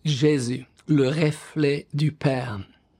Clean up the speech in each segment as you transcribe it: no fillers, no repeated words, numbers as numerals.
Jésus, le reflet du Père.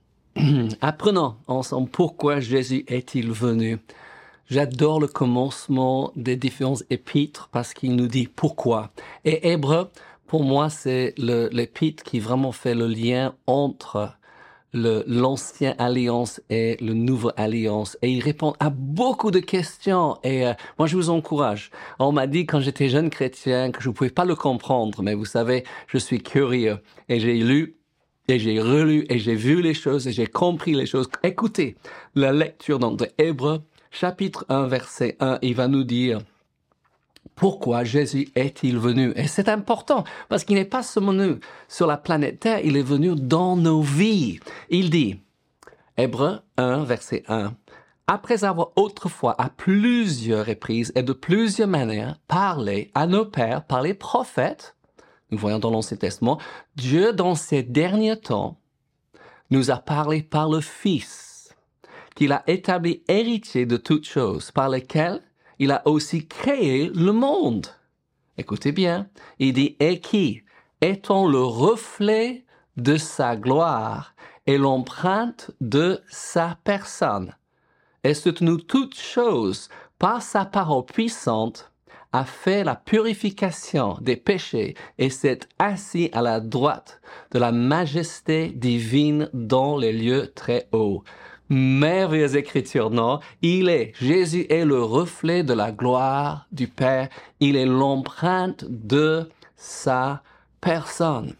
Apprenons ensemble pourquoi Jésus est-il venu. J'adore le commencement des différents épîtres parce qu'il nous dit pourquoi. Et Hébreu, pour moi, c'est l'épître qui vraiment fait le lien entre l'ancienne alliance et le nouveau alliance. Et il répond à beaucoup de questions. Et moi, je vous encourage. On m'a dit quand j'étais jeune chrétien que je ne pouvais pas le comprendre. Mais vous savez, je suis curieux. Et j'ai lu, et j'ai relu, et j'ai vu les choses, et j'ai compris les choses. Écoutez la lecture donc, de Hébreux, chapitre 1, verset 1. Il va nous dire... Pourquoi Jésus est-il venu? Et c'est important, parce qu'il n'est pas seulement venu sur la planète Terre, il est venu dans nos vies. Il dit, Hébreux 1, verset 1, « Après avoir autrefois à plusieurs reprises et de plusieurs manières parlé à nos pères par les prophètes, nous voyons dans l'Ancien Testament, Dieu dans ces derniers temps nous a parlé par le Fils, qu'il a établi héritier de toutes choses, par lesquelles il a aussi créé le monde. » Écoutez bien, il dit « Et qui, étant le reflet de sa gloire et l'empreinte de sa personne, et soutenu toutes choses par sa parole puissante, a fait la purification des péchés et s'est assis à la droite de la majesté divine dans les lieux très hauts. » Merveilleuse écriture, non? Jésus est le reflet de la gloire du Père. Il est l'empreinte de sa personne.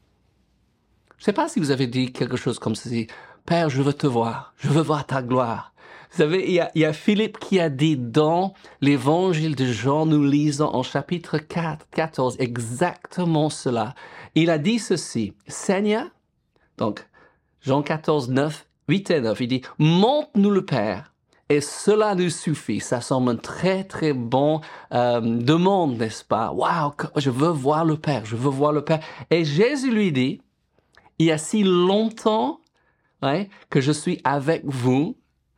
Je ne sais pas si vous avez dit quelque chose comme ceci. Père, je veux te voir. Je veux voir ta gloire. Vous savez, il y a Philippe qui a dit dans l'évangile de Jean, nous lisons en chapitre 14, exactement cela. Il a dit ceci. Seigneur, donc, Jean 14, 9, 8 et 9, il dit, montre-nous le Père, et cela nous suffit. Ça semble un très, très bon demande, n'est-ce pas? Waouh, je veux voir le Père, je veux voir le Père. Et Jésus lui dit, il y a si longtemps que je suis avec vous,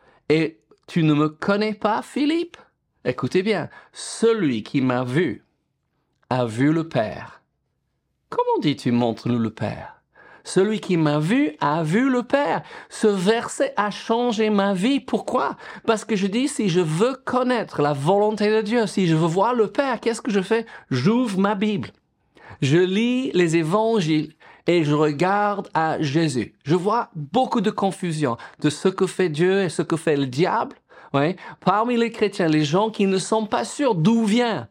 et tu ne me connais pas, Philippe? Écoutez bien, celui qui m'a vu a vu le Père. Comment dis-tu, montre-nous le Père? Celui qui m'a vu a vu le Père. Ce verset a changé ma vie. Pourquoi? Parce que je dis, si je veux connaître la volonté de Dieu, si je veux voir le Père, qu'est-ce que je fais? J'ouvre ma Bible. Je lis les évangiles et je regarde à Jésus. Je vois beaucoup de confusion de ce que fait Dieu et ce que fait le diable. Oui. Parmi les chrétiens, les gens qui ne sont pas sûrs d'où vient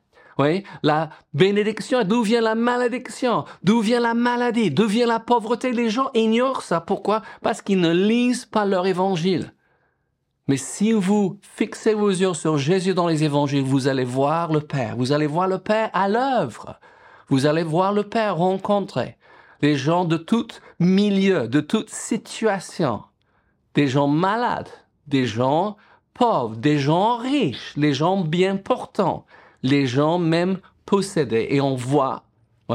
la bénédiction, d'où vient la malédiction, d'où vient la maladie, d'où vient la pauvreté. Les gens ignorent ça. Pourquoi? Parce qu'ils ne lisent pas leur évangile. Mais si vous fixez vos yeux sur Jésus dans les évangiles, vous allez voir le Père. Vous allez voir le Père à l'œuvre. Vous allez voir le Père rencontrer les gens de tout milieu, de toute situation. Des gens malades, des gens pauvres, des gens riches, les gens bien portants, les gens même possédés. Et on voit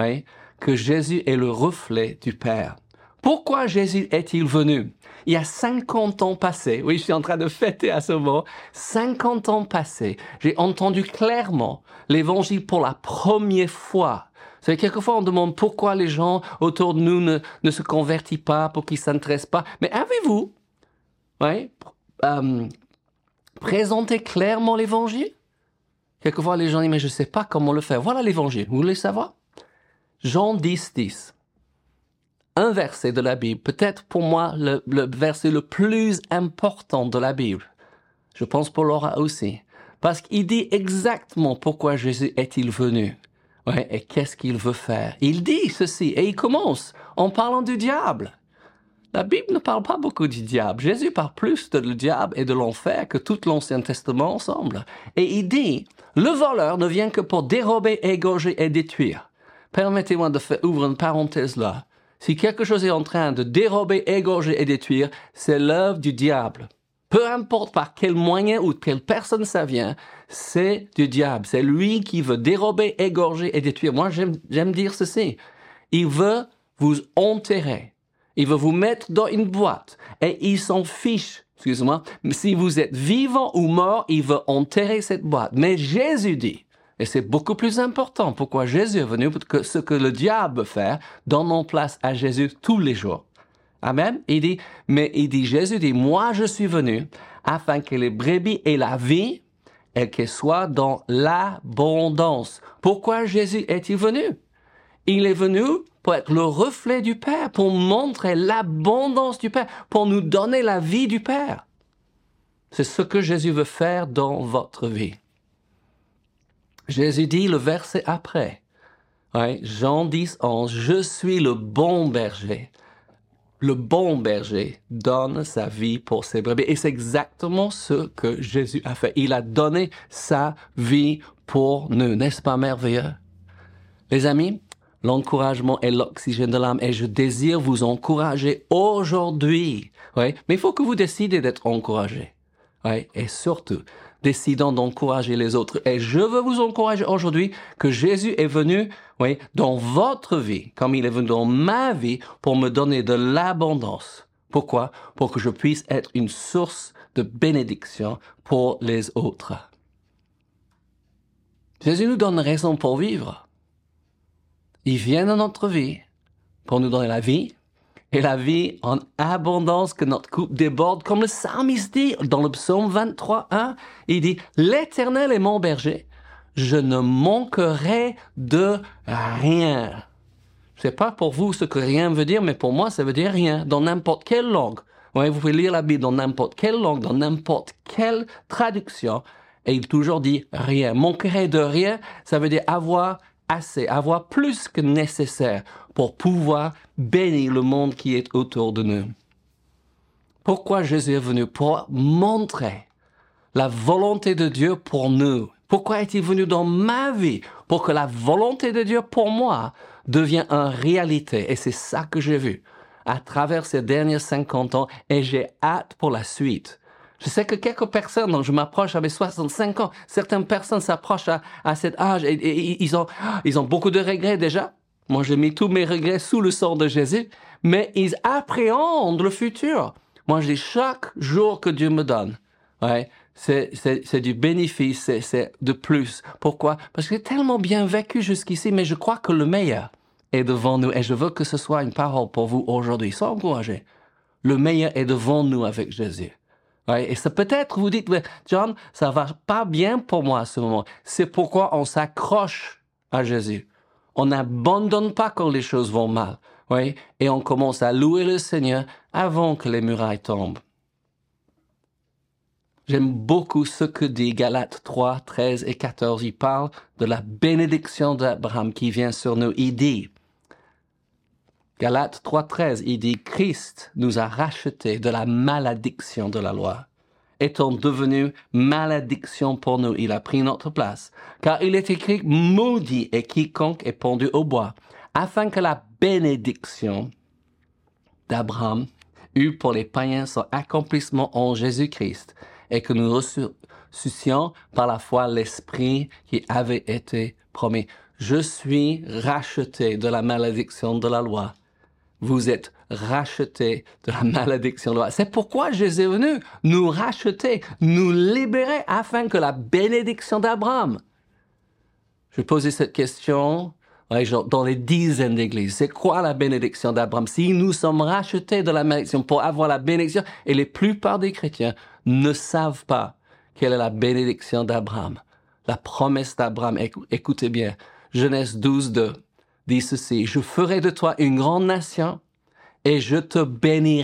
que Jésus est le reflet du Père. Pourquoi Jésus est-il venu? Il y a 50 ans passés, oui, je suis en train de fêter à ce moment, 50 ans passés, j'ai entendu clairement l'évangile pour la première fois. Vous savez, quelquefois on demande pourquoi les gens autour de nous ne se convertissent pas, pour qu'ils ne s'intéressent pas. Mais avez-vous présenté clairement l'évangile? Quelquefois, les gens disent, mais je ne sais pas comment le faire. Voilà l'évangile. Vous voulez savoir? Jean 10, 10. Un verset de la Bible. Peut-être pour moi, le verset le plus important de la Bible. Je pense pour Laura aussi. Parce qu'il dit exactement pourquoi Jésus est-il venu. Et qu'est-ce qu'il veut faire. Il dit ceci. Et il commence en parlant du diable. La Bible ne parle pas beaucoup du diable. Jésus parle plus de le diable et de l'enfer que tout l'Ancien Testament ensemble. Et il dit, le voleur ne vient que pour dérober, égorger et détruire. Permettez-moi de ouvrir une parenthèse là. Si quelque chose est en train de dérober, égorger et détruire, c'est l'œuvre du diable. Peu importe par quel moyen ou de quelle personne ça vient, c'est du diable. C'est lui qui veut dérober, égorger et détruire. Moi, j'aime dire ceci. Il veut vous enterrer. Il veut vous mettre dans une boîte et il s'en fiche, excusez-moi, si vous êtes vivant ou mort, il veut enterrer cette boîte. Mais Jésus dit, Et c'est beaucoup plus important pourquoi Jésus est venu que ce que le diable fait, donnons place à Jésus tous les jours. Amen. Jésus dit, moi je suis venu afin que les brebis aient la vie et qu'elles soient dans l'abondance. Pourquoi Jésus est-il venu? Il est venu pour être le reflet du Père, pour montrer l'abondance du Père, pour nous donner la vie du Père. C'est ce que Jésus veut faire dans votre vie. Jésus dit le verset après, Jean 10, 11, « Je suis le bon berger. Le bon berger donne sa vie pour ses brebis. » Et c'est exactement ce que Jésus a fait. Il a donné sa vie pour nous. N'est-ce pas merveilleux? Les amis, l'encouragement est l'oxygène de l'âme et je désire vous encourager aujourd'hui. Mais il faut que vous décidez d'être encouragé. Et surtout, décidons d'encourager les autres. Et je veux vous encourager aujourd'hui que Jésus est venu dans votre vie, comme il est venu dans ma vie, pour me donner de l'abondance. Pourquoi? Pour que je puisse être une source de bénédiction pour les autres. Jésus nous donne raison pour vivre. Il vient dans notre vie pour nous donner la vie, et la vie en abondance, que notre coupe déborde, comme le psalmiste dit dans le psaume 23, 1, il dit « L'Éternel est mon berger, je ne manquerai de rien. » Je sais pas pour vous ce que rien veut dire, mais pour moi, ça veut dire rien, dans n'importe quelle langue. Vous pouvez lire la Bible dans n'importe quelle langue, dans n'importe quelle traduction, et il toujours dit « rien ». Manquerai de rien, ça veut dire avoir assez, avoir plus que nécessaire pour pouvoir bénir le monde qui est autour de nous. Pourquoi Jésus est venu? Pour montrer la volonté de Dieu pour nous. Pourquoi est-il venu dans ma vie? Pour que la volonté de Dieu pour moi devienne une réalité. Et c'est ça que j'ai vu à travers ces derniers 50 ans et j'ai hâte pour la suite. Je sais que quelques personnes, donc je m'approche avec 65 ans, certaines personnes s'approchent à cet âge et ils ont beaucoup de regrets déjà. Moi, j'ai mis tous mes regrets sous le sang de Jésus, mais ils appréhendent le futur. Moi, je dis chaque jour que Dieu me donne, c'est du bénéfice, c'est de plus. Pourquoi? Parce que j'ai tellement bien vécu jusqu'ici, mais je crois que le meilleur est devant nous et je veux que ce soit une parole pour vous aujourd'hui. Soyez encouragés. Le meilleur est devant nous avec Jésus. Et c'est peut-être, vous dites, John, ça va pas bien pour moi à ce moment. C'est pourquoi on s'accroche à Jésus. On n'abandonne pas quand les choses vont mal. Et on commence à louer le Seigneur avant que les murailles tombent. J'aime beaucoup ce que dit Galates 3, 13 et 14. Il parle de la bénédiction d'Abraham qui vient sur nous. Il dit, Galates 3.13, il dit « Christ nous a rachetés de la malédiction de la loi. Étant devenu malédiction pour nous, il a pris notre place. Car il est écrit « Maudit est quiconque est pendu au bois, afin que la bénédiction d'Abraham eût pour les païens son accomplissement en Jésus-Christ, et que nous ressuscitions par la foi l'Esprit qui avait été promis. Je suis racheté de la malédiction de la loi. » Vous êtes rachetés de la malédiction de la loi. C'est pourquoi Jésus est venu nous racheter, nous libérer afin que la bénédiction d'Abraham. Je vais poser cette question dans les dizaines d'églises. C'est quoi la bénédiction d'Abraham? Si nous sommes rachetés de la malédiction pour avoir la bénédiction, et la plupart des chrétiens ne savent pas quelle est la bénédiction d'Abraham. La promesse d'Abraham, écoutez bien, Genèse 12, 2. Dit ceci, « Je ferai de toi une grande nation et je te bénirai. »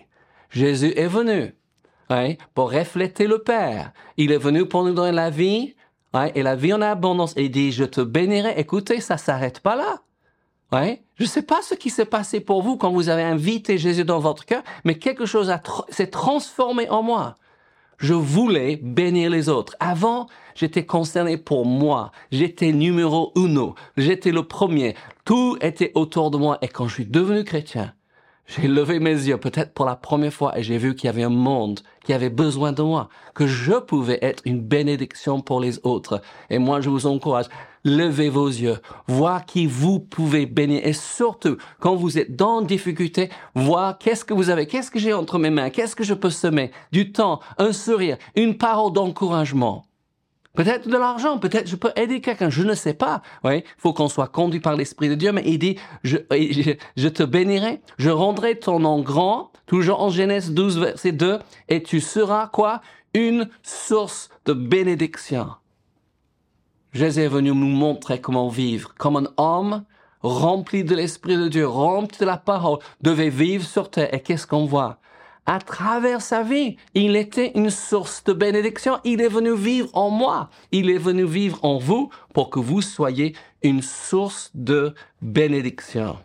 Jésus est venu pour refléter le Père. Il est venu pour nous donner la vie et la vie en abondance. Et il dit, « Je te bénirai. » Écoutez, ça s'arrête pas là. Je ne sais pas ce qui s'est passé pour vous quand vous avez invité Jésus dans votre cœur, mais quelque chose s'est transformé en moi. Je voulais bénir les autres. Avant, j'étais concerné pour moi. J'étais numéro uno. J'étais le premier. Tout était autour de moi. Et quand je suis devenu chrétien, j'ai levé mes yeux peut-être pour la première fois et j'ai vu qu'il y avait un monde qui avait besoin de moi, que je pouvais être une bénédiction pour les autres. Et moi, je vous encourage, levez vos yeux, voir qui vous pouvez bénir. Et surtout, quand vous êtes dans une difficulté, voir qu'est-ce que vous avez, qu'est-ce que j'ai entre mes mains, qu'est-ce que je peux semer, du temps, un sourire, une parole d'encouragement. Peut-être de l'argent, peut-être je peux aider quelqu'un, je ne sais pas. Oui, il faut qu'on soit conduit par l'Esprit de Dieu, mais il dit, je te bénirai, je rendrai ton nom grand, toujours en Genèse 12, verset 2, et tu seras quoi? Une source de bénédiction. Jésus est venu nous montrer comment vivre, comme un homme rempli de l'Esprit de Dieu, rempli de la parole, devait vivre sur terre. Et qu'est-ce qu'on voit? À travers sa vie, il était une source de bénédiction. Il est venu vivre en moi. Il est venu vivre en vous pour que vous soyez une source de bénédiction.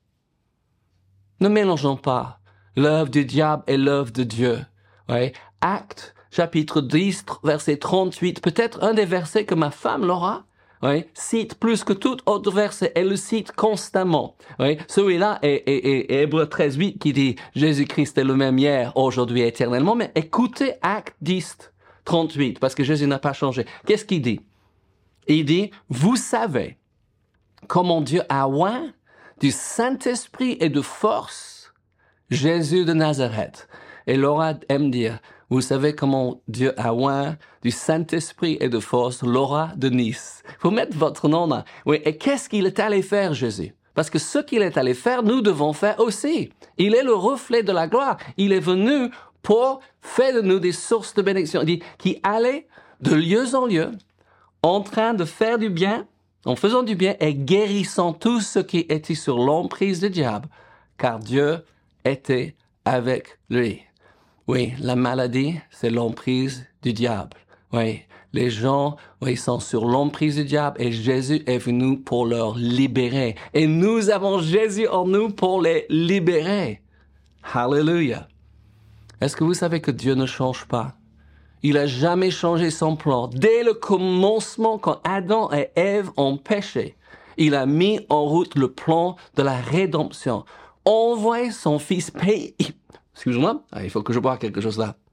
Ne mélangeons pas l'œuvre du diable et l'œuvre de Dieu. Ouais. Actes, chapitre 10, verset 38, peut-être un des versets que ma femme, Laura, cite plus que tout autre verset. Elle le cite constamment. Celui-là est Hébreux 13, 8 qui dit Jésus-Christ est le même hier, aujourd'hui et éternellement. Mais écoutez Acte 10, 38, parce que Jésus n'a pas changé. Qu'est-ce qu'il dit? Il dit, vous savez comment Dieu a oint du Saint-Esprit et de force Jésus de Nazareth. Et Laura aime dire, vous savez comment Dieu a oint du Saint-Esprit et de force Laura de Nice. Il faut mettre votre nom là. Oui, et qu'est-ce qu'il est allé faire, Jésus? Parce que ce qu'il est allé faire, nous devons faire aussi. Il est le reflet de la gloire. Il est venu pour faire de nous des sources de bénédiction. Il dit, qui allait de lieu en lieu, en train de faire du bien, en faisant du bien et guérissant tout ce qui était sur l'emprise du diable, car Dieu était avec lui. Oui, la maladie, c'est l'emprise du diable. Oui, les gens, ils sont sur l'emprise du diable et Jésus est venu pour leur libérer. Et nous avons Jésus en nous pour les libérer. Hallelujah. Est-ce que vous savez que Dieu ne change pas? Il a jamais changé son plan. Dès le commencement, quand Adam et Ève ont péché, il a mis en route le plan de la rédemption. Envoyer son fils payer. Excuse-moi, il faut que je boive quelque chose là.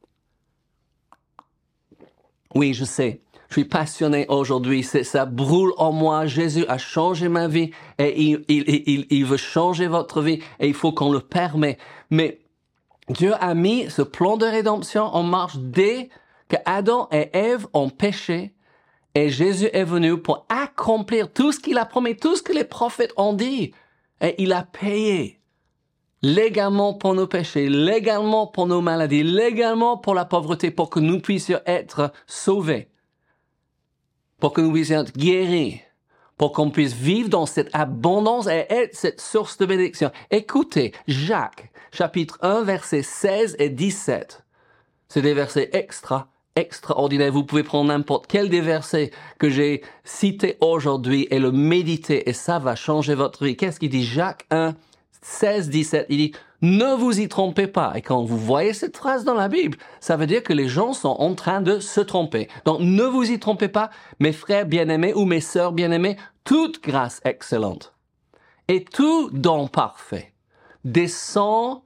Oui, je sais. Je suis passionné aujourd'hui. Ça brûle en moi. Jésus a changé ma vie et il veut changer votre vie et il faut qu'on le permette. Mais Dieu a mis ce plan de rédemption en marche dès que Adam et Ève ont péché et Jésus est venu pour accomplir tout ce qu'il a promis, tout ce que les prophètes ont dit. Et il a payé légalement pour nos péchés, légalement pour nos maladies, légalement pour la pauvreté, pour que nous puissions être sauvés, pour que nous puissions être guéris, pour qu'on puisse vivre dans cette abondance et être cette source de bénédiction. Écoutez, Jacques, chapitre 1, versets 16 et 17. C'est des versets extraordinaires. Vous pouvez prendre n'importe quel des versets que j'ai cités aujourd'hui et le méditer et ça va changer votre vie. Qu'est-ce qu'il dit? Jacques 1, 16, 17, il dit, ne vous y trompez pas. Et quand vous voyez cette phrase dans la Bible, ça veut dire que les gens sont en train de se tromper. Donc, ne vous y trompez pas, mes frères bien-aimés ou mes sœurs bien-aimées, toute grâce excellente et tout don parfait descend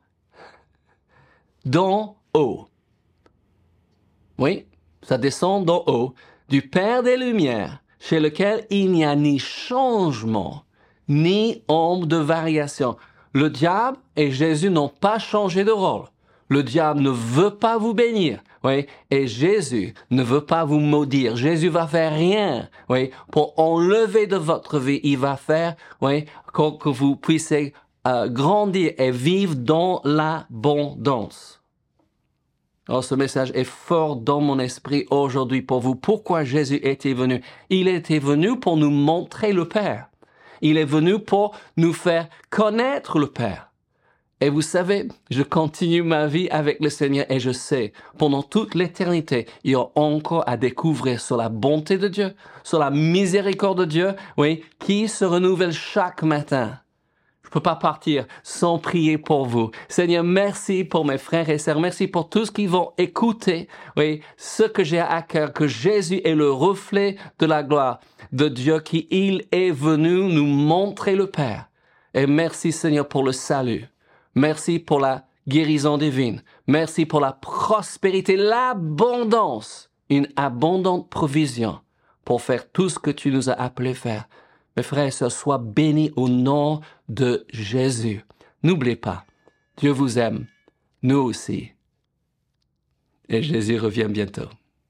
d'en haut. Oui, ça descend d'en haut, du Père des Lumières, chez lequel il n'y a ni changement, ni ombre de variation. Le diable et Jésus n'ont pas changé de rôle. Le diable ne veut pas vous bénir, oui, et Jésus ne veut pas vous maudire. Jésus va faire rien, oui, pour enlever de votre vie. Il va faire, oui, que vous puissiez grandir et vivre dans l'abondance. Alors, ce message est fort dans mon esprit aujourd'hui pour vous. Pourquoi Jésus était venu? Il était venu pour nous montrer le Père. Il est venu pour nous faire connaître le Père. Et vous savez, je continue ma vie avec le Seigneur et je sais, pendant toute l'éternité, il y a encore à découvrir sur la bonté de Dieu, sur la miséricorde de Dieu, oui, qui se renouvelle chaque matin. Je peux pas partir sans prier pour vous. Seigneur, merci pour mes frères et sœurs. Merci pour tous qui vont écouter, oui, ce que j'ai à cœur, que Jésus est le reflet de la gloire de Dieu, qui il est venu nous montrer le Père. Et merci Seigneur pour le salut. Merci pour la guérison divine. Merci pour la prospérité, l'abondance, une abondante provision pour faire tout ce que tu nous as appelé faire. Mes frères et sœurs, sois bénis au nom de Jésus. N'oubliez pas, Dieu vous aime, nous aussi. Et Jésus revient bientôt.